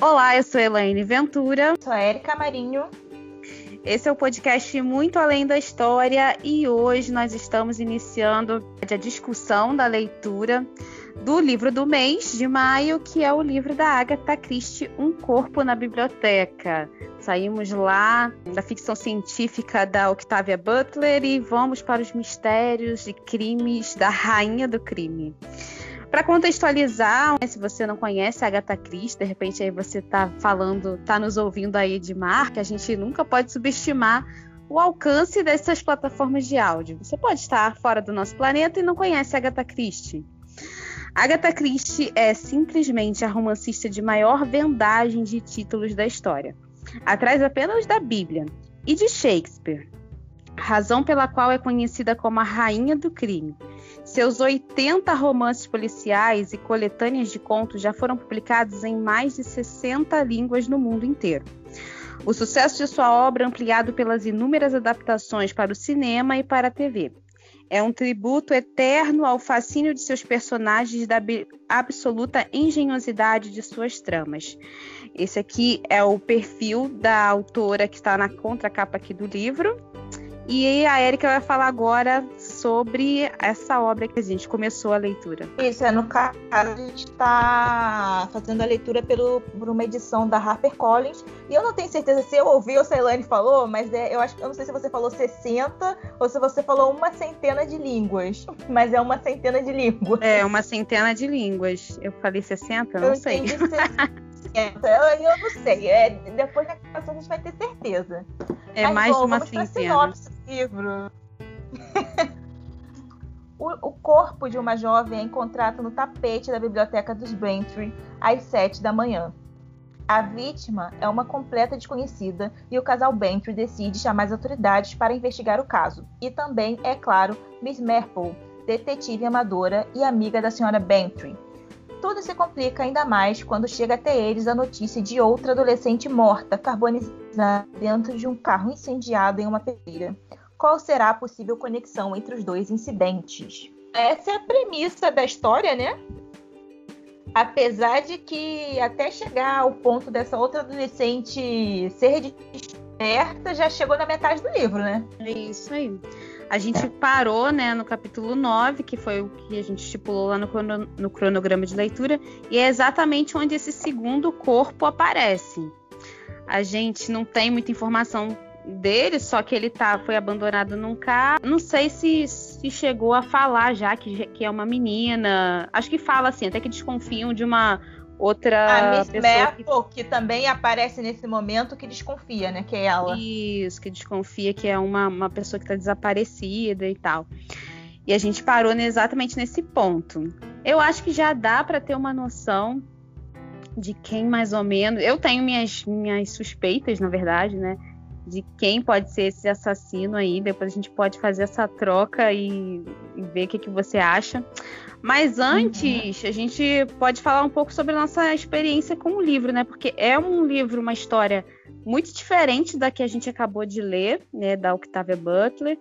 Olá, eu sou Elaine Ventura. Sou a Érica Marinho. Esse é o podcast Muito Além da História e hoje nós estamos iniciando a discussão da leitura do livro do mês de maio, que é o livro da Agatha Christie, Um Corpo na Biblioteca. Saímos lá da ficção científica da Octavia Butler e vamos para os mistérios e crimes da rainha do crime. Para contextualizar, se você não conhece a Agatha Christie, de repente aí você está nos ouvindo aí de marca, a gente nunca pode subestimar o alcance dessas plataformas de áudio. Você pode estar fora do nosso planeta e não conhece a Agatha Christie. Agatha Christie é simplesmente a romancista de maior vendagem de títulos da história, atrás apenas da Bíblia e de Shakespeare, razão pela qual é conhecida como a rainha do crime. Seus 80 romances policiais e coletâneas de contos já foram publicados em mais de 60 línguas no mundo inteiro. O sucesso de sua obra, ampliado pelas inúmeras adaptações para o cinema e para a TV, é um tributo eterno ao fascínio de seus personagens e da absoluta engenhosidade de suas tramas. Esse aqui é o perfil da autora que está na contracapa aqui do livro. E a Érica vai falar agora sobre essa obra que a gente começou a leitura. Isso, no caso a gente está fazendo a leitura por uma edição da HarperCollins. E eu não tenho certeza se eu ouvi ou se a Elaine falou, mas eu não sei se você falou 60 ou se você falou uma centena de línguas. Mas é uma centena de línguas. É, uma centena de línguas. Eu falei 60? Eu não sei. Eu não sei. Depois da gravação a gente vai ter certeza. É mais de uma centena. Livro. O corpo de uma jovem é encontrado no tapete da biblioteca dos Bantry às 7 da manhã. A vítima é uma completa desconhecida e o casal Bantry decide chamar as autoridades para investigar o caso. E também, é claro, Miss Marple, detetive amadora e amiga da senhora Bantry. Tudo se complica ainda mais quando chega até eles a notícia de outra adolescente morta, carbonizada dentro de um carro incendiado em uma pedreira. Qual será a possível conexão entre os dois incidentes? Essa é a premissa da história, né? Apesar de que até chegar ao ponto dessa outra adolescente ser descoberta, já chegou na metade do livro, né? É isso aí. A gente parou, né, no capítulo 9, que foi o que a gente estipulou lá no cronograma de leitura, e é exatamente onde esse segundo corpo aparece. A gente não tem muita informação dele, só que ele foi abandonado num carro. Não sei se chegou a falar já que é uma menina. Acho que fala assim, até que desconfiam de uma outra a Miss Marple, que também aparece nesse momento, que desconfia, né? Que é ela. Isso, que desconfia que é uma pessoa que está desaparecida e tal. E a gente parou exatamente nesse ponto. Eu acho que já dá para ter uma noção de quem mais ou menos... Eu tenho minhas suspeitas, na verdade, né? De quem pode ser esse assassino aí. Depois a gente pode fazer essa troca e ver o que você acha. Mas antes, a gente pode falar um pouco sobre a nossa experiência com o livro, né? Porque é um livro, uma história muito diferente da que a gente acabou de ler, né? Da Octavia Butler.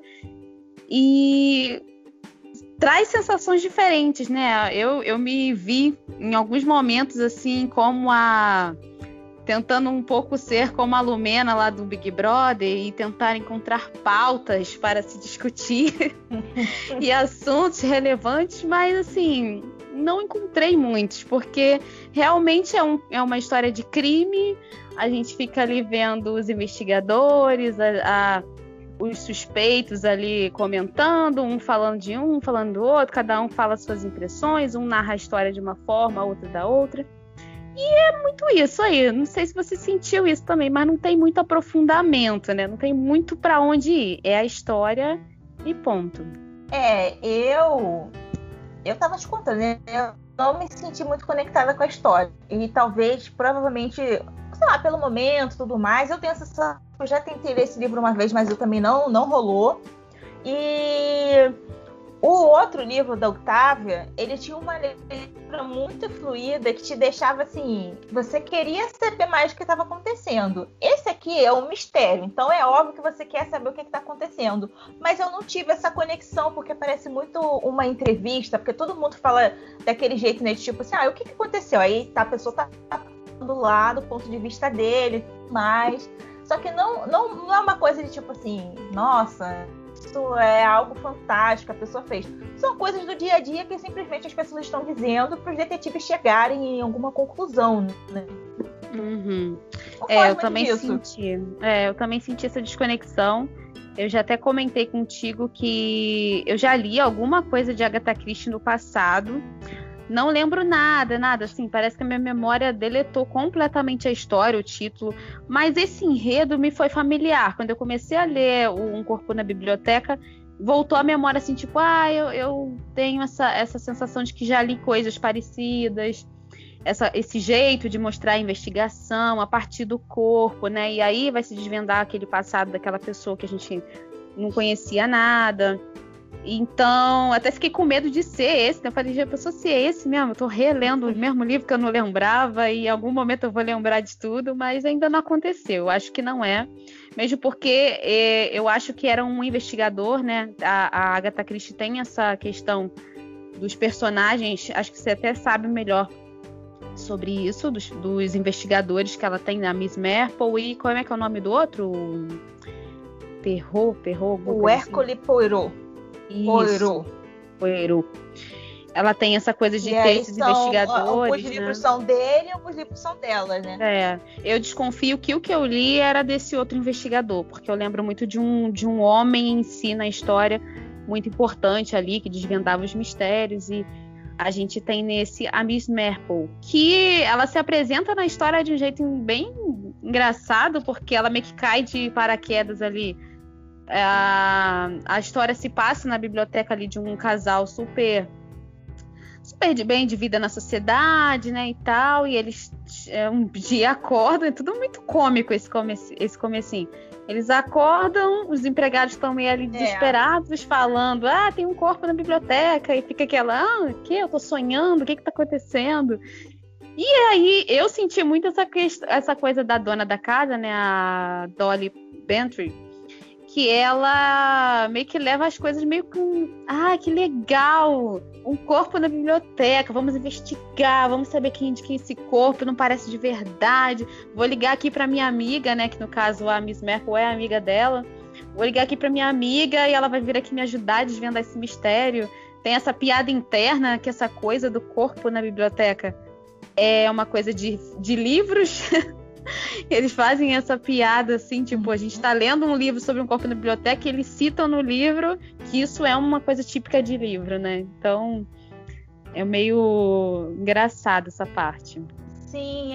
E traz sensações diferentes, né? Eu me vi em alguns momentos, assim, como tentando um pouco ser como a Lumena lá do Big Brother e tentar encontrar pautas para se discutir e assuntos relevantes, mas assim, não encontrei muitos, porque realmente é uma história de crime. A gente fica ali vendo os investigadores, os suspeitos ali comentando, um falando de um, falando do outro, cada um fala suas impressões, um narra a história de uma forma, outro da outra. E é muito isso aí. Não sei se você sentiu isso também, mas não tem muito aprofundamento, né? Não tem muito pra onde ir. É a história e ponto. Eu tava te contando, né? Eu não me senti muito conectada com a história. E talvez, provavelmente, sei lá, pelo momento, tudo mais, eu tenho essa... Eu já tentei ler esse livro uma vez, mas eu também não rolou. E o outro livro da Octavia, ele tinha uma leitura muito fluida que te deixava assim, você queria saber mais do que estava acontecendo. Esse aqui é um mistério, então é óbvio que você quer saber o que está acontecendo. Mas eu não tive essa conexão, porque parece muito uma entrevista, porque todo mundo fala daquele jeito, né? Tipo assim, o que aconteceu? Aí a pessoa tá lá do ponto de vista dele, mas só que não é uma coisa de tipo assim, nossa, isso é algo fantástico, a pessoa fez. São coisas do dia a dia que simplesmente as pessoas estão dizendo para os detetives chegarem em alguma conclusão, né? Uhum. Eu também senti essa desconexão. Eu já até comentei contigo que eu já li alguma coisa de Agatha Christie no passado. Não lembro nada, assim, parece que a minha memória deletou completamente a história, o título, mas esse enredo me foi familiar. Quando eu comecei a ler Um Corpo na Biblioteca, voltou a memória assim, tipo, eu tenho essa sensação de que já li coisas parecidas, esse jeito de mostrar a investigação a partir do corpo, né? E aí vai se desvendar aquele passado daquela pessoa que a gente não conhecia nada. Então, até fiquei com medo de ser esse, né? Eu falei, já pensou se é esse mesmo? Eu tô relendo o mesmo livro que eu não lembrava e em algum momento eu vou lembrar de tudo, mas ainda não aconteceu. Eu acho que não é. Mesmo porque eu acho que era um investigador, né? A Agatha Christie tem essa questão dos personagens, acho que você até sabe melhor sobre isso, dos investigadores que ela tem na Miss Marple e como é que é o nome do outro? Poirot? O Hercule Poirot. Poirot. Ela tem essa coisa de ter esses investigadores. Alguns livros são dele e alguns livros são dela, né? Eu desconfio que o que eu li era desse outro investigador, porque eu lembro muito de um homem em si na história, muito importante ali, que desvendava os mistérios, e a gente tem nesse a Miss Marple, que ela se apresenta na história de um jeito bem engraçado, porque ela meio que cai de paraquedas ali. A história se passa na biblioteca ali de um casal super de bem de vida na sociedade, né, e tal, e eles um dia acordam, é tudo muito cômico esse comecinho. Eles acordam, os empregados estão meio ali desesperados, falando, tem um corpo na biblioteca, e fica aquela, que eu tô sonhando, o que tá acontecendo? E aí eu senti muito essa coisa da dona da casa, né, a Dolly Bentry, que ela meio que leva as coisas meio com... que legal! Um corpo na biblioteca, vamos investigar, vamos saber de quem esse corpo, não parece de verdade. Vou ligar aqui pra minha amiga, né, que no caso a Miss Marple é a amiga dela. Vou ligar aqui pra minha amiga e ela vai vir aqui me ajudar a desvendar esse mistério. Tem essa piada interna, que essa coisa do corpo na biblioteca é uma coisa de livros... Eles fazem essa piada assim, tipo, a gente tá lendo um livro sobre um corpo na biblioteca e eles citam no livro que isso é uma coisa típica de livro, né? Então, é meio engraçado essa parte. Sim,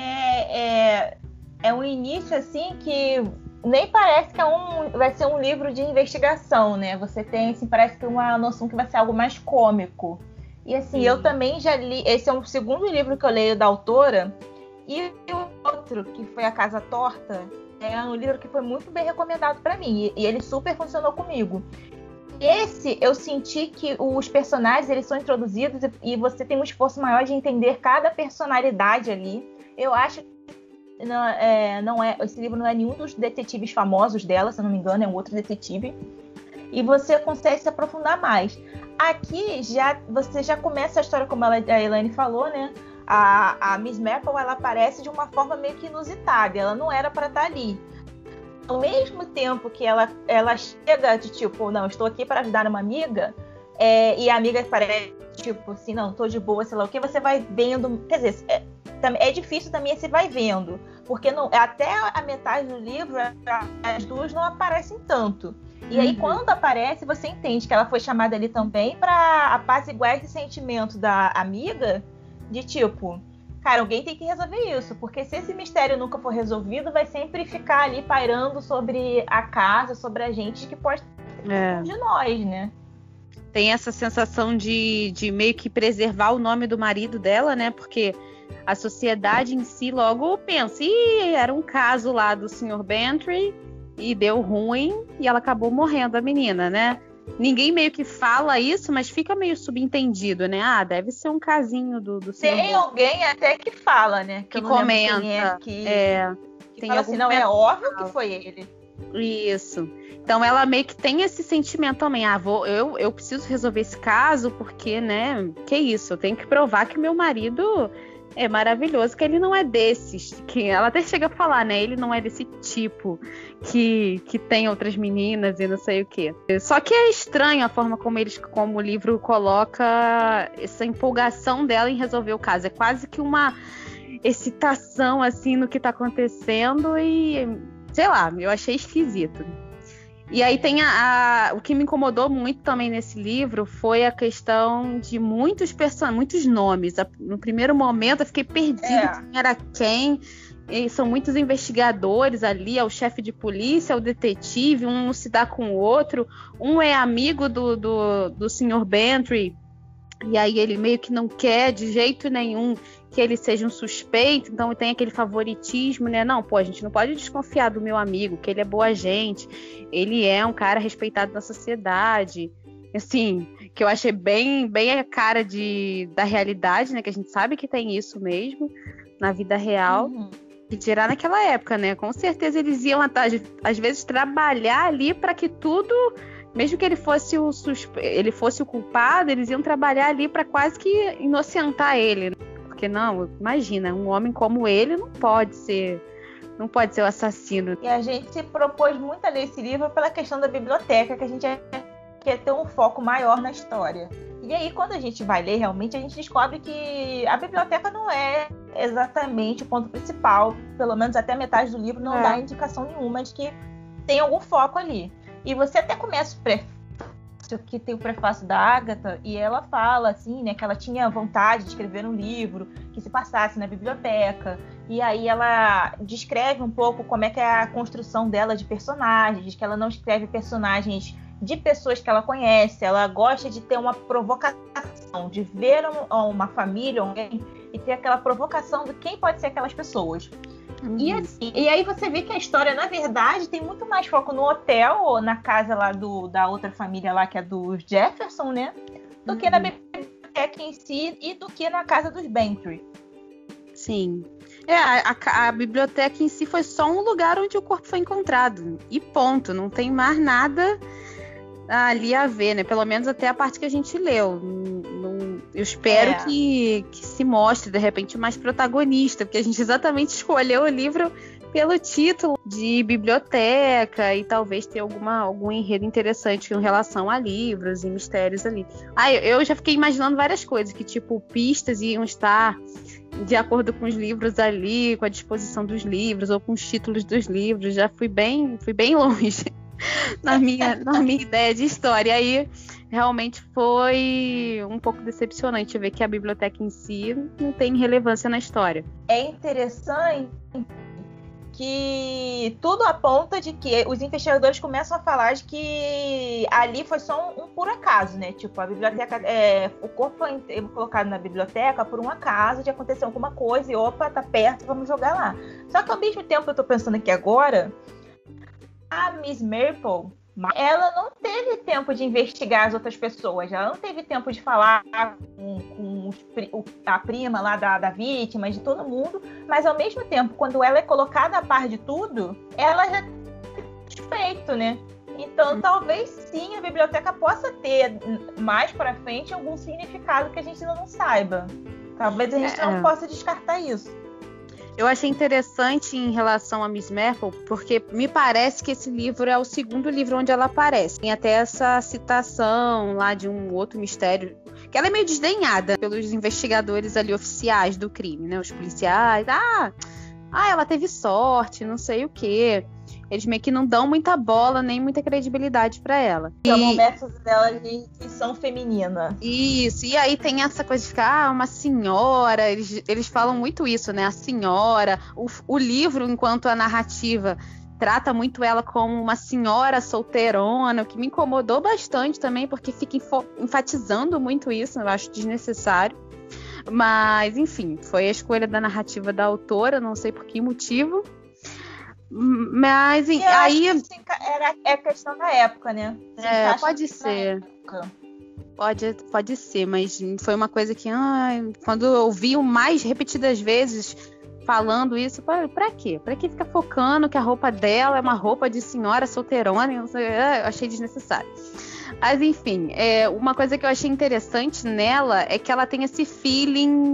é um início assim que nem parece que vai ser um livro de investigação, né? Você tem, assim, parece que uma noção que vai ser algo mais cômico. E assim, eu também já li, esse é o segundo livro que eu leio da autora. E o outro, que foi A Casa Torta, é um livro que foi muito bem recomendado para mim. E ele super funcionou comigo. Esse, eu senti que os personagens, eles são introduzidos e você tem um esforço maior de entender cada personalidade ali. Eu acho que esse livro não é nenhum dos detetives famosos dela, se eu não me engano, é um outro detetive. E você consegue se aprofundar mais. Aqui, você já começa a história, como a Elaine falou, né? A Miss Marple, ela aparece de uma forma meio que inusitada, ela não era para estar ali. Ao mesmo tempo que ela chega de tipo, não, estou aqui para ajudar uma amiga, e a amiga parece tipo assim, não, tô de boa, sei lá o que, você vai vendo, quer dizer, é difícil também esse vai vendo, porque até a metade do livro as duas não aparecem tanto. E aí, quando aparece, você entende que ela foi chamada ali também para apaziguar esse sentimento da amiga, de tipo, cara, alguém tem que resolver isso, porque se esse mistério nunca for resolvido, vai sempre ficar ali pairando sobre a casa, sobre a gente, que pode ser de nós, né? Tem essa sensação de meio que preservar o nome do marido dela, né? Porque a sociedade em si logo pensa, era um caso lá do Sr. Bentry e deu ruim e ela acabou morrendo, a menina, né? Ninguém meio que fala isso, mas fica meio subentendido, né? Deve ser um casinho do Tem alguém até que fala, né? Que comenta. Que tem fala assim, não, é óbvio que foi ele. Isso. Então ela meio que tem esse sentimento também. Eu preciso resolver esse caso porque, né? Que isso? Eu tenho que provar que meu marido É maravilhoso que ele não é desses, que ela até chega a falar, né? Ele não é desse tipo que tem outras meninas e não sei o quê. Só que é estranho a forma como o livro coloca essa empolgação dela em resolver o caso. É quase que uma excitação, assim, no que tá acontecendo e, sei lá, eu achei esquisito. E aí tem o que me incomodou muito também nesse livro foi a questão de muitos nomes. No primeiro momento eu fiquei perdida quem era quem. E são muitos investigadores ali, é o chefe de polícia, é o detetive, um não se dá com o outro, um é amigo do Sr. Bantry, e aí ele meio que não quer de jeito nenhum que ele seja um suspeito, então tem aquele favoritismo, né? Não, pô, a gente não pode desconfiar do meu amigo, que ele é boa gente, ele é um cara respeitado na sociedade, assim, que eu achei bem a cara da realidade, né? Que a gente sabe que tem isso mesmo na vida real. E tirar naquela época, né? Com certeza eles iam, às vezes, trabalhar ali para que tudo, mesmo que ele fosse o culpado, eles iam trabalhar ali para quase que inocentar ele. Porque não, imagina, um homem como ele não pode ser o assassino. E a gente se propôs muito a ler esse livro pela questão da biblioteca, que a gente quer ter um foco maior na história. E aí, quando a gente vai ler, realmente, a gente descobre que a biblioteca não é exatamente o ponto principal. Pelo menos até a metade do livro não dá indicação nenhuma de que tem algum foco ali. E você até começa o prefácio, que tem o prefácio da Agatha, e ela fala, assim, né, que ela tinha vontade de escrever um livro que se passasse na biblioteca. E aí ela descreve um pouco como é que é a construção dela de personagens, que ela não escreve personagens de pessoas que ela conhece, ela gosta de ter uma provocação, de ver uma família, alguém, e ter aquela provocação de quem pode ser aquelas pessoas. E aí você vê que a história, na verdade, tem muito mais foco no hotel, ou na casa lá da outra família lá, que é dos Jefferson, né? Do que na biblioteca em si e do que na casa dos Bantry. Sim. A biblioteca em si foi só um lugar onde o corpo foi encontrado. E ponto. Não tem mais nada ali a ver, né? Pelo menos até a parte que a gente leu. Eu espero que se mostre, de repente, mais protagonista, porque a gente exatamente escolheu o livro pelo título de biblioteca e talvez ter algum enredo interessante em relação a livros e mistérios ali. Eu já fiquei imaginando várias coisas, que tipo, pistas iam estar de acordo com os livros ali, com a disposição dos livros ou com os títulos dos livros. Já fui bem longe na minha ideia de história. Aí realmente foi um pouco decepcionante ver que a biblioteca em si não tem relevância na história. É interessante que tudo aponta de que os investigadores começam a falar de que ali foi só um por acaso, né? Tipo, a biblioteca, o corpo foi colocado na biblioteca por um acaso de acontecer alguma coisa e opa, tá perto, vamos jogar lá. Só que ao mesmo tempo eu tô pensando aqui agora, a Miss Marple, ela não teve tempo de investigar as outras pessoas, ela não teve tempo de falar com a prima lá da vítima, de todo mundo, mas ao mesmo tempo, quando ela é colocada a par de tudo, ela já tem feito, né? Então, talvez sim, a biblioteca possa ter mais pra frente algum significado que a gente ainda não saiba. Talvez a gente não possa descartar isso. Eu achei interessante em relação a Miss Marple, porque me parece que esse livro é o segundo livro onde ela aparece. Tem até essa citação lá de um outro mistério, que ela é meio desdenhada pelos investigadores ali oficiais do crime, né? Os policiais. Ela teve sorte, não sei o quê. Eles meio que não dão muita bola, nem muita credibilidade pra ela. Chamam métodos dela de intuição feminina. Isso, e aí tem essa coisa de ficar, uma senhora, eles falam muito isso, né? A senhora, o livro, enquanto a narrativa trata muito ela como uma senhora solteirona, o que me incomodou bastante também, porque fica enfatizando muito isso, eu acho desnecessário. Mas, enfim, foi a escolha da narrativa da autora, não sei por que motivo. Mas aí é questão da época, né? Pode ser. Pode ser, mas foi uma coisa que quando eu ouvi mais repetidas vezes falando isso, pra quê? Pra que ficar focando que a roupa dela é uma roupa de senhora solteirona? Eu achei desnecessário. Mas enfim, uma coisa que eu achei interessante nela é que ela tem esse feeling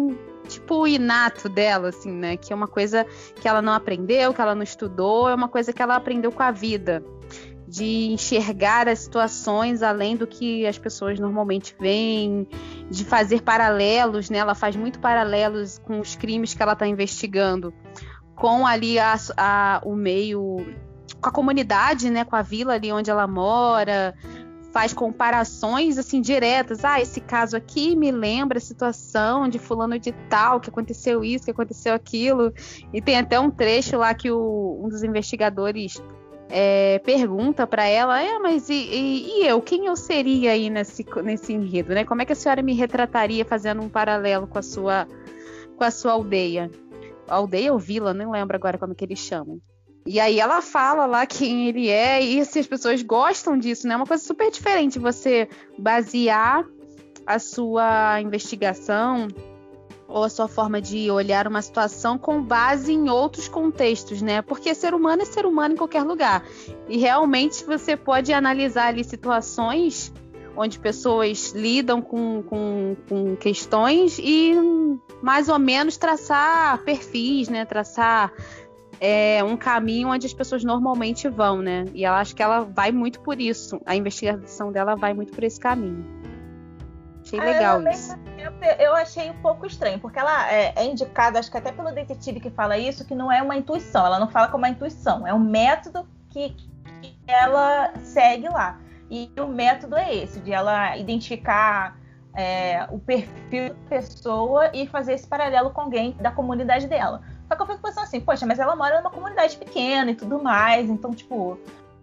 tipo inato dela, assim, né? Que é uma coisa que ela não aprendeu, que ela não estudou, é uma coisa que ela aprendeu com a vida. De enxergar as situações além do que as pessoas normalmente veem, de fazer paralelos, né? Ela faz muito paralelos com os crimes que ela está investigando, com ali o meio, com a comunidade, né? Com a vila ali onde ela mora, faz comparações assim diretas. Esse caso aqui me lembra a situação de fulano de tal, que aconteceu isso, que aconteceu aquilo. E tem até um trecho lá que um dos investigadores pergunta para ela, mas e eu? Quem eu seria aí nesse enredo, né? Como é que a senhora me retrataria fazendo um paralelo com a sua aldeia? Aldeia ou vila, nem lembro agora como é que eles chamam. E aí ela fala lá quem ele é, e assim, as pessoas gostam disso, né? É uma coisa super diferente você basear a sua investigação ou a sua forma de olhar uma situação com base em outros contextos, né? Porque ser humano é ser humano em qualquer lugar. E realmente você pode analisar ali situações onde pessoas lidam com questões e mais ou menos traçar perfis, né? Traçar um caminho onde as pessoas normalmente vão, né? E eu acho que ela vai muito por isso. A investigação dela vai muito por esse caminho. Achei legal isso. Eu achei um pouco estranho, porque ela é indicada, acho que até pelo detetive que fala isso, que não é uma intuição. Ela não fala como uma intuição. É um método que ela segue lá. E o método é esse, de ela identificar o perfil da pessoa e fazer esse paralelo com alguém da comunidade dela. Só que eu fico pensando assim, poxa, mas ela mora numa comunidade pequena e tudo mais, então, tipo...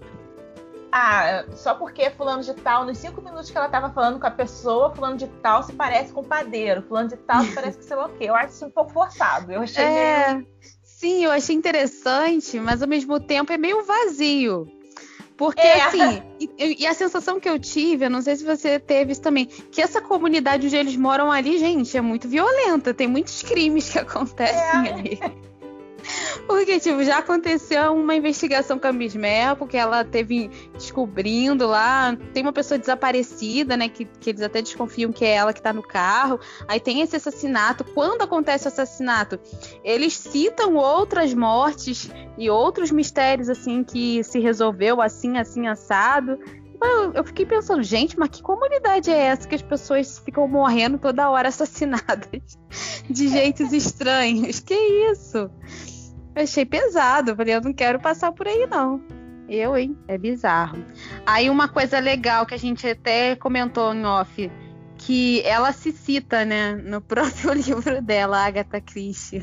só porque fulano de tal, nos 5 minutos que ela tava falando com a pessoa, fulano de tal se parece com o padeiro, fulano de tal se parece com sei lá o quê. Eu acho isso um pouco forçado. Eu achei meio... Sim, eu achei interessante, mas ao mesmo tempo é meio vazio. Porque, assim, e a sensação que eu tive, eu não sei se você teve isso também, que essa comunidade onde eles moram ali, gente, é muito violenta. Tem muitos crimes que acontecem ali. Porque, tipo, já aconteceu uma investigação com a Miss Mel, porque ela teve descobrindo lá, tem uma pessoa desaparecida, né, que eles até desconfiam que é ela que tá no carro. Aí tem esse assassinato. Quando acontece o assassinato, eles citam outras mortes e outros mistérios, assim, que se resolveu assim, assado. Eu fiquei pensando, gente, mas que comunidade é essa que as pessoas ficam morrendo toda hora assassinadas de jeitos estranhos? Que isso? Eu achei pesado, falei, eu não quero passar por aí, não. É bizarro. Aí uma coisa legal que a gente até comentou em off, que ela se cita, né, no próprio livro dela, Agatha Christie.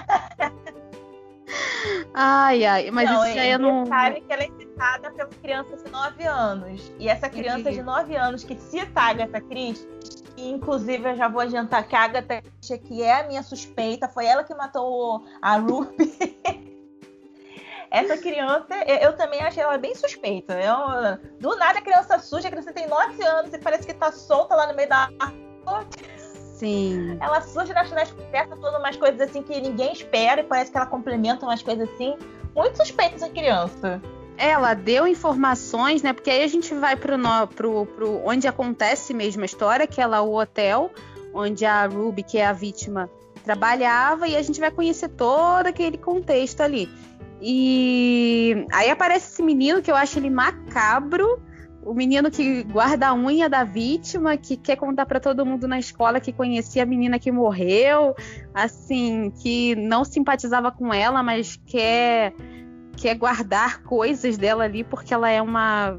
Mas não, isso aí eu não... sabe que ela é citada pela criança de 9 anos. E essa criança de 9 anos que cita a Agatha Christie, e inclusive eu já vou adiantar que a Agatha Christie, que é a minha suspeita, foi ela que matou a Ruby. Essa criança, eu também achei ela bem suspeita. Do nada a criança suja, a criança tem 9 anos e parece que tá solta lá no meio da rua. Sim. Ela surge nas conversas, todas umas coisas assim que ninguém espera e parece que ela complementa umas coisas assim. Muito suspeita essa criança. Ela deu informações, né? Porque aí a gente vai pro onde acontece mesmo a história, que é lá o hotel, onde a Ruby, que é a vítima, trabalhava, e a gente vai conhecer todo aquele contexto ali. E aí aparece esse menino que eu acho ele macabro, o menino que guarda a unha da vítima, que quer contar para todo mundo na escola que conhecia a menina que morreu, assim, que não simpatizava com ela, mas quer guardar coisas dela ali porque ela é uma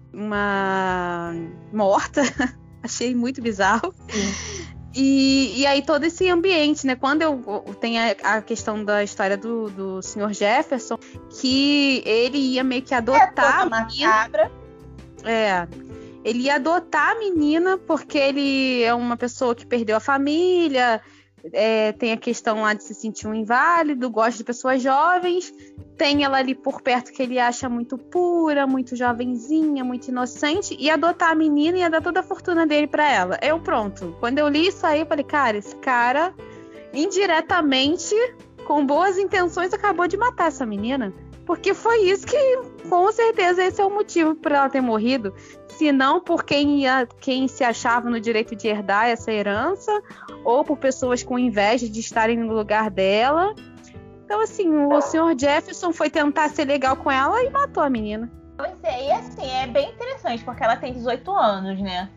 morta. Achei muito bizarro. E aí todo esse ambiente, né? Quando tem a questão da história do Sr. Jefferson, que ele ia meio que adotar a menina. Ele ia adotar a menina porque ele é uma pessoa que perdeu a família, tem a questão lá de se sentir um inválido, gosta de pessoas jovens, tem ela ali por perto que ele acha muito pura, muito jovenzinha, muito inocente, e adotar a menina e ia dar toda a fortuna dele pra ela. Pronto. Quando eu li isso aí, eu falei, cara, esse cara, indiretamente, com boas intenções, acabou de matar essa menina. Porque foi isso que, com certeza, esse é o motivo por ela ter morrido. Se não por quem se achava no direito de herdar essa herança, ou por pessoas com inveja de estarem no lugar dela. Então, assim, o Sr. Jefferson foi tentar ser legal com ela e matou a menina. Pois é, e assim, é bem interessante, porque ela tem 18 anos, né?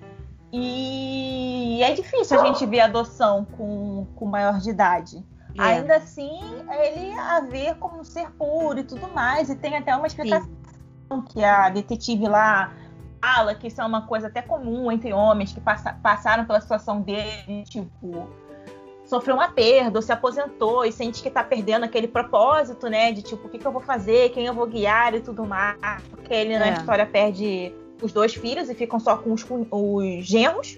E é difícil a gente ver adoção com maior de idade. É. Ainda assim, ele a ver como um ser puro e tudo mais. E tem até uma explicação que a detetive lá fala que isso é uma coisa até comum entre homens que passaram pela situação dele, tipo, sofreu uma perda ou se aposentou e sente que tá perdendo aquele propósito, né? De tipo, o que eu vou fazer, quem eu vou guiar e tudo mais. Porque ele na história perde os 2 filhos e ficam só com os genros.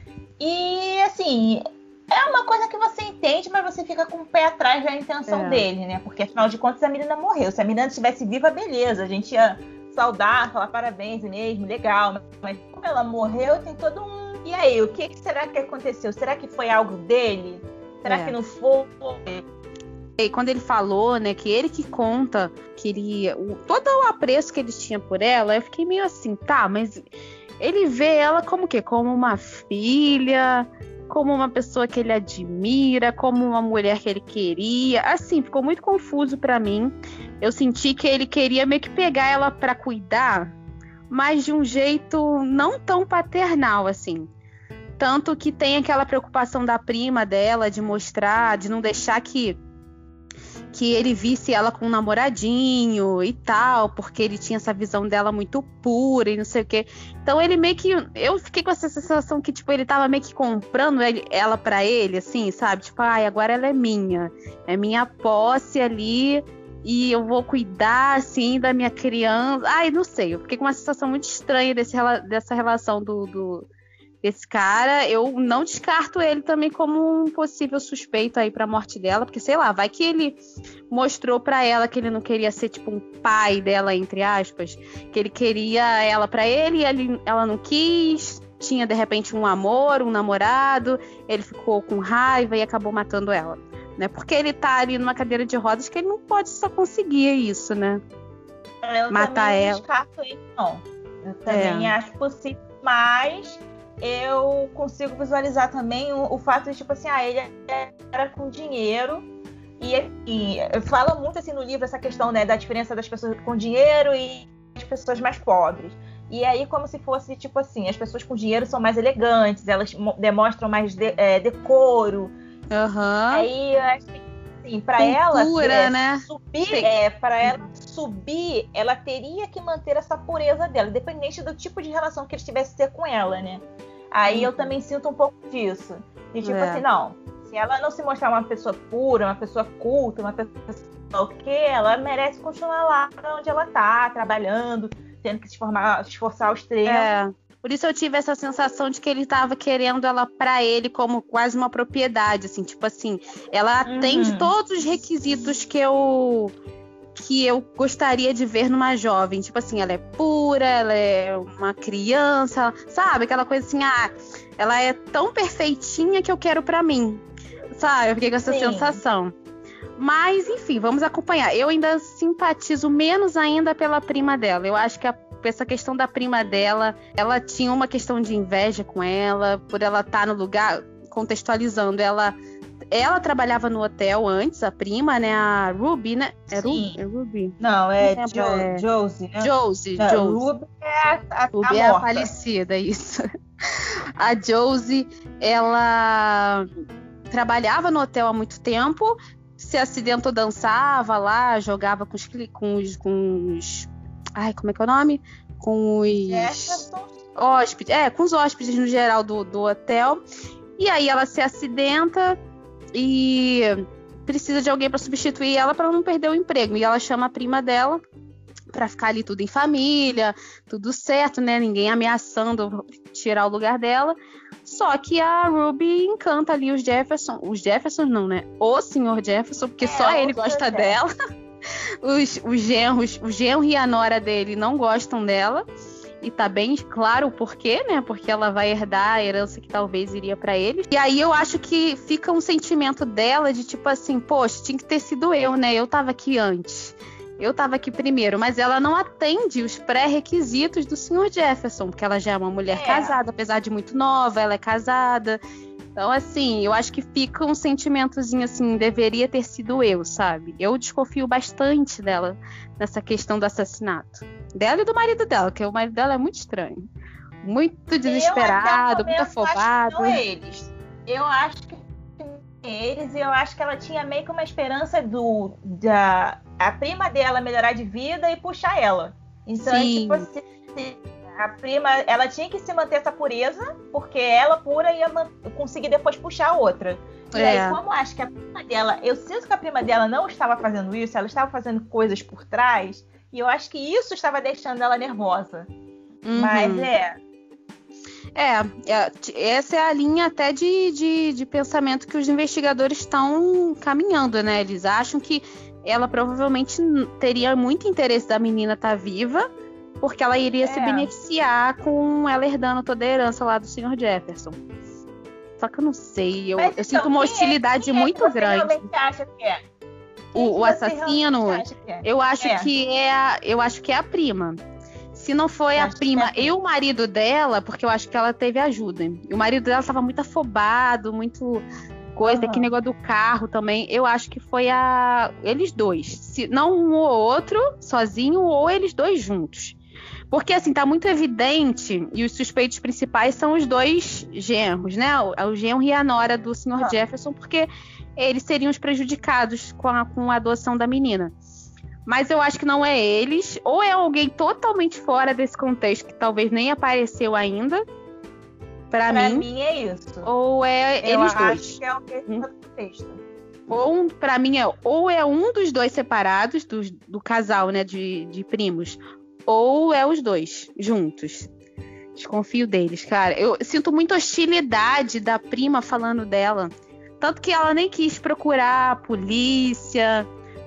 E assim, é uma coisa que você entende, mas você fica com o pé atrás da intenção dele, né? Porque afinal de contas a menina morreu. Se a menina estivesse viva, beleza, a gente ia saudar, falar parabéns mesmo, legal. Mas como ela morreu, tem todo um... E aí, o que será que aconteceu? Será que foi algo dele? Será que não foi? E quando ele falou, né, que ele que conta que todo o apreço que ele tinha por ela, eu fiquei meio assim, tá, mas ele vê ela como o quê? Como uma filha, como uma pessoa que ele admira, como uma mulher que ele queria. Assim, ficou muito confuso pra mim. Eu senti que ele queria meio que pegar ela pra cuidar, mas de um jeito não tão paternal, assim. Tanto que tem aquela preocupação da prima dela de mostrar, de não deixar que ele visse ela com um namoradinho e tal, porque ele tinha essa visão dela muito pura e não sei o quê. Então ele meio que... Eu fiquei com essa sensação que, tipo, ele tava meio que comprando ela pra ele, assim, sabe? Tipo, agora ela é minha posse ali e eu vou cuidar, assim, da minha criança. Não sei, eu fiquei com uma sensação muito estranha dessa relação desse cara. Eu não descarto ele também como um possível suspeito aí pra morte dela, porque sei lá, vai que ele mostrou pra ela que ele não queria ser tipo um pai dela, entre aspas, que ele queria ela pra ele e ela não quis, tinha de repente um amor, um namorado, ele ficou com raiva e acabou matando ela, né? Porque ele tá ali numa cadeira de rodas que ele não pode só conseguir isso, né? Eu matar também ela. Não descarto ele, não. Eu também acho possível, mas eu consigo visualizar também o fato de, tipo assim, ele era com dinheiro e fala muito assim no livro essa questão, né, da diferença das pessoas com dinheiro e as pessoas mais pobres. E aí como se fosse, tipo assim, as pessoas com dinheiro são mais elegantes, elas demonstram mais decoro. Aí eu acho que assim, para ela né? subir, ela teria que manter essa pureza dela, independente do tipo de relação que ele tivesse ter com ela, né? Aí eu também sinto um pouco disso. De tipo assim, não, se ela não se mostrar uma pessoa pura, uma pessoa culta, uma pessoa ela merece continuar lá onde ela tá, trabalhando, tendo que se esforçar aos treinos. Por isso eu tive essa sensação de que ele tava querendo ela pra ele como quase uma propriedade, assim, tipo assim, ela atende todos os requisitos que eu gostaria de ver numa jovem. Tipo assim, ela é pura, ela é uma criança, sabe? Aquela coisa assim, ela é tão perfeitinha que eu quero pra mim, sabe? Eu fiquei com essa sensação. Mas, enfim, vamos acompanhar. Eu ainda simpatizo menos ainda pela prima dela. Eu acho que essa questão da prima dela, ela tinha uma questão de inveja com ela, por ela estar no lugar, contextualizando, ela trabalhava no hotel antes, a prima, né? A Ruby, né? É Ruby? Não, é Josie, né? Josie. Ruby Ruby é a falecida, isso. A Josie, ela trabalhava no hotel há muito tempo, se acidentou, dançava lá, jogava com os como é que é o nome? Com os hóspedes. Com os hóspedes no geral do hotel. E aí ela se acidenta e precisa de alguém para substituir ela para não perder o emprego. E ela chama a prima dela para ficar ali tudo em família, tudo certo, né? Ninguém ameaçando tirar o lugar dela. Só que a Ruby encanta ali os Jefferson. Os Jefferson não, né? O Sr. Jefferson, porque só ele gosta dela. O genro e a nora dele não gostam dela. E tá bem claro o porquê, né? Porque ela vai herdar a herança que talvez iria pra ele. E aí eu acho que fica um sentimento dela de tipo assim, poxa, tinha que ter sido eu, né? Eu tava aqui antes. eu tava aqui primeiro, mas ela não atende os pré-requisitos do Sr. Jefferson, porque ela já é uma mulher casada, apesar de muito nova, ela é casada. Então, assim, eu acho que fica um sentimentozinho assim, deveria ter sido eu, sabe? Eu desconfio bastante dela nessa questão do assassinato. Dela e do marido dela, porque o marido dela é muito estranho. Muito desesperado, muito afobado. Não é eles. Eu acho que eles, e eu acho que ela tinha meio que uma esperança a prima dela melhorar de vida e puxar ela. Então, tipo assim, a prima, ela tinha que se manter essa pureza, porque ela pura ia conseguir depois puxar a outra. E aí, como eu acho que a prima dela, eu sinto que a prima dela não estava fazendo isso, ela estava fazendo coisas por trás, e eu acho que isso estava deixando ela nervosa. Mas essa é a linha até de pensamento que os investigadores estão caminhando, né? Eles acham que ela provavelmente teria muito interesse da menina estar viva, porque ela iria se beneficiar com ela herdando toda a herança lá do Sr. Jefferson. Só que eu não sei, eu sinto uma hostilidade muito grande. Você realmente acha que é? O assassino, eu acho que é a prima. Se não foi a prima e o marido dela, porque eu acho que ela teve ajuda. E o marido dela estava muito afobado, muito coisa, aquele negócio do carro também. Eu acho que foi eles dois. Se não um ou outro sozinho, ou eles dois juntos. Porque, assim, tá muito evidente, e os suspeitos principais são os dois genros, né? O genro e a nora do Sr. Jefferson, porque eles seriam os prejudicados com a adoção da menina. Mas eu acho que não é eles, ou é alguém totalmente fora desse contexto, que talvez nem apareceu ainda, pra mim é isso. Ou é eles dois. Eu acho que é alguém fora do contexto. Pra mim, ou é um dos dois separados, do casal, né, de primos, ou é os dois juntos. Desconfio deles, cara. Eu sinto muita hostilidade da prima falando dela. Tanto que ela nem quis procurar a polícia.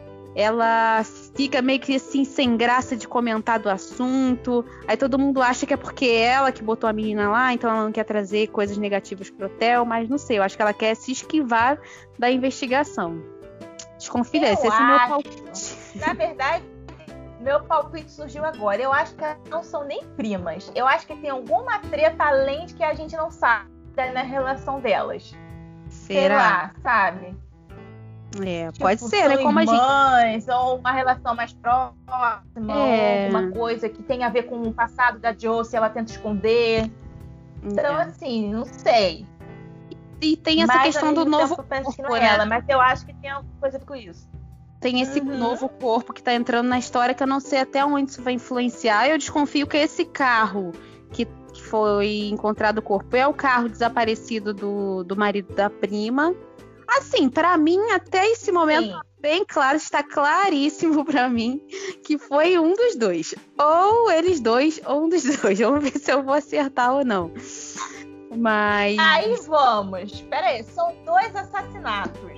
Ela fica meio que assim, sem graça de comentar do assunto. Aí todo mundo acha que é porque ela que botou a menina lá, então ela não quer trazer coisas negativas pro hotel. Mas não sei, eu acho que ela quer se esquivar da investigação. Desconfio desse, esse é meu palpite. Na verdade, meu palpite surgiu agora. Eu acho que elas não são nem primas. Eu acho que tem alguma treta além de que a gente não sabe na relação delas. Será? Sei lá, sabe? Pode ser, né? Como irmãs, ou uma relação mais próxima, ou alguma coisa que tem a ver com o passado da Josie, ela tenta esconder. Então, assim, não sei. E tem essa questão do novo corpo, né? Mas eu acho que tem alguma coisa com isso. Tem esse novo corpo que tá entrando na história, que eu não sei até onde isso vai influenciar. Eu desconfio que esse carro que foi encontrado o corpo é o carro desaparecido do marido da prima. Assim, pra mim, até esse momento, bem claro, está claríssimo pra mim que foi um dos dois. Ou eles dois, ou um dos dois. Vamos ver se eu vou acertar ou não. Mas... Aí vamos. Peraí, são 2 assassinatos.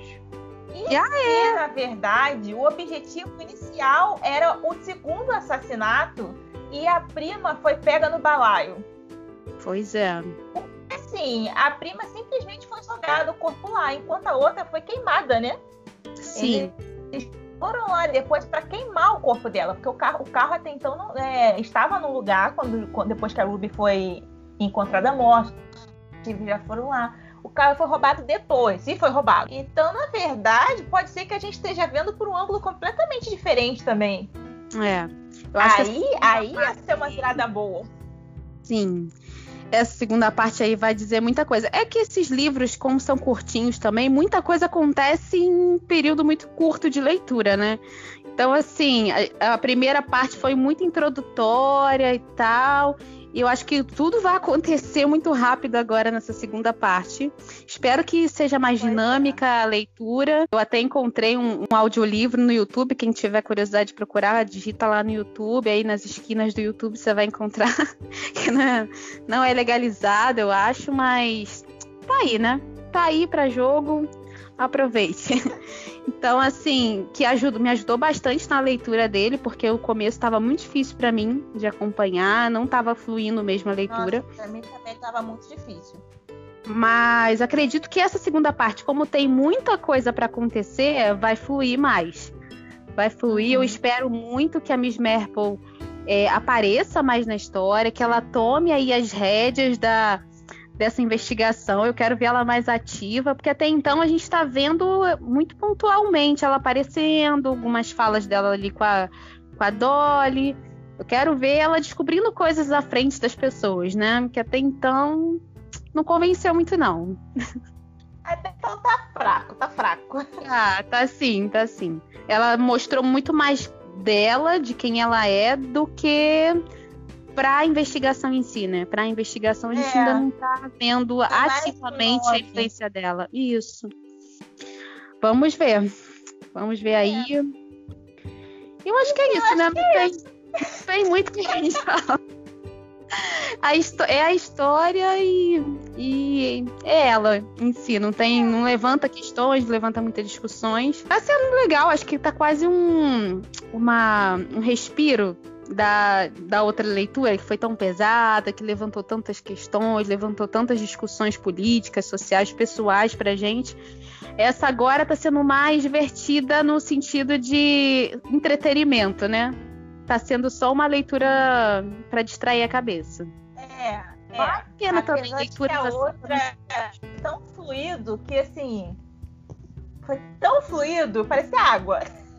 E na verdade, o objetivo inicial era o segundo assassinato e a prima foi pega no balaio. Pois é. Assim, a prima simplesmente foi jogada o corpo lá, enquanto a outra foi queimada, né? Sim. Eles foram lá depois para queimar o corpo dela, porque o carro até então não, estava no lugar depois que a Ruby foi encontrada morta. Eles já foram lá. O carro foi roubado depois, se foi roubado. Então, na verdade, pode ser que a gente esteja vendo por um ângulo completamente diferente também. Eu acho aí ia ser uma virada boa. Sim. Essa segunda parte aí vai dizer muita coisa. É que esses livros, como são curtinhos também, muita coisa acontece em um período muito curto de leitura, né? Então, assim, a primeira parte foi muito introdutória e tal. E eu acho que tudo vai acontecer muito rápido agora nessa segunda parte. Espero que seja mais dinâmica a leitura. Eu até encontrei um audiolivro no YouTube. Quem tiver curiosidade de procurar, digita lá no YouTube. Aí nas esquinas do YouTube você vai encontrar. Que não é legalizado, eu acho, mas tá aí, né? Tá aí pra jogo. Aproveite. Então, assim, me ajudou bastante na leitura dele, porque o começo estava muito difícil para mim de acompanhar, não estava fluindo mesmo a leitura. Nossa, pra mim também estava muito difícil. Mas acredito que essa segunda parte, como tem muita coisa para acontecer, vai fluir mais. vai fluir. Eu espero muito que a Miss Marple apareça mais na história, que ela tome aí as rédeas dessa investigação. Eu quero ver ela mais ativa, porque até então a gente está vendo muito pontualmente ela aparecendo, algumas falas dela ali com a Dolly. Eu quero ver ela descobrindo coisas à frente das pessoas, né? Porque até então não convenceu muito, não. Até então tá fraco. Tá sim. Ela mostrou muito mais dela, de quem ela é, do que para a investigação em si, né? Para a investigação a gente ainda não tá vendo ativamente a influência dela. Isso. Vamos ver aí. Eu acho que é isso, né? Não tem muito o que a gente falar. É a história e é ela em si. Não levanta questões, não levanta muitas discussões. Tá sendo legal, acho que tá quase um respiro da outra leitura, que foi tão pesada, que levantou tantas questões, levantou tantas discussões políticas, sociais, pessoais pra gente. Essa agora tá sendo mais divertida no sentido de entretenimento, né? Tá sendo só uma leitura para distrair a cabeça. Vale a pena também leitura. Que a outra é tão fluido que, assim, foi tão fluido, parecia água.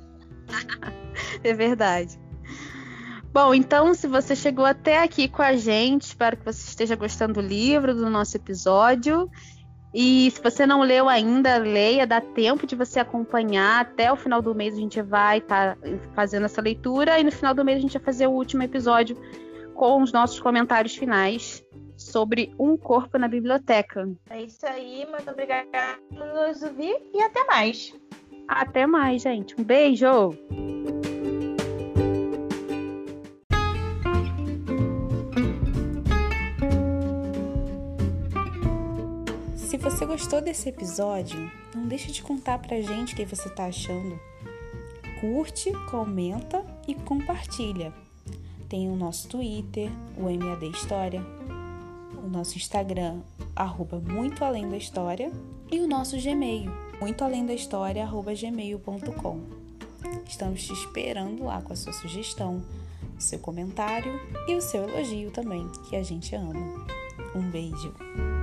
É verdade. Bom, então, se você chegou até aqui com a gente, espero que você esteja gostando do livro, do nosso episódio. E se você não leu ainda, leia, dá tempo de você acompanhar. Até o final do mês a gente vai estar fazendo essa leitura. E no final do mês a gente vai fazer o último episódio com os nossos comentários finais sobre Um Corpo na Biblioteca. É isso aí, muito obrigada por nos ouvir e até mais. Até mais, gente. Um beijo! Se você gostou desse episódio, não deixe de contar pra gente o que você tá achando. Curte, comenta e compartilha. Tem o nosso Twitter, o MAD História, o nosso Instagram, @muitoalemdahistoria, e o nosso Gmail, muitoalemdahistoria@gmail.com. Estamos te esperando lá com a sua sugestão, o seu comentário e o seu elogio também, que a gente ama. Um beijo!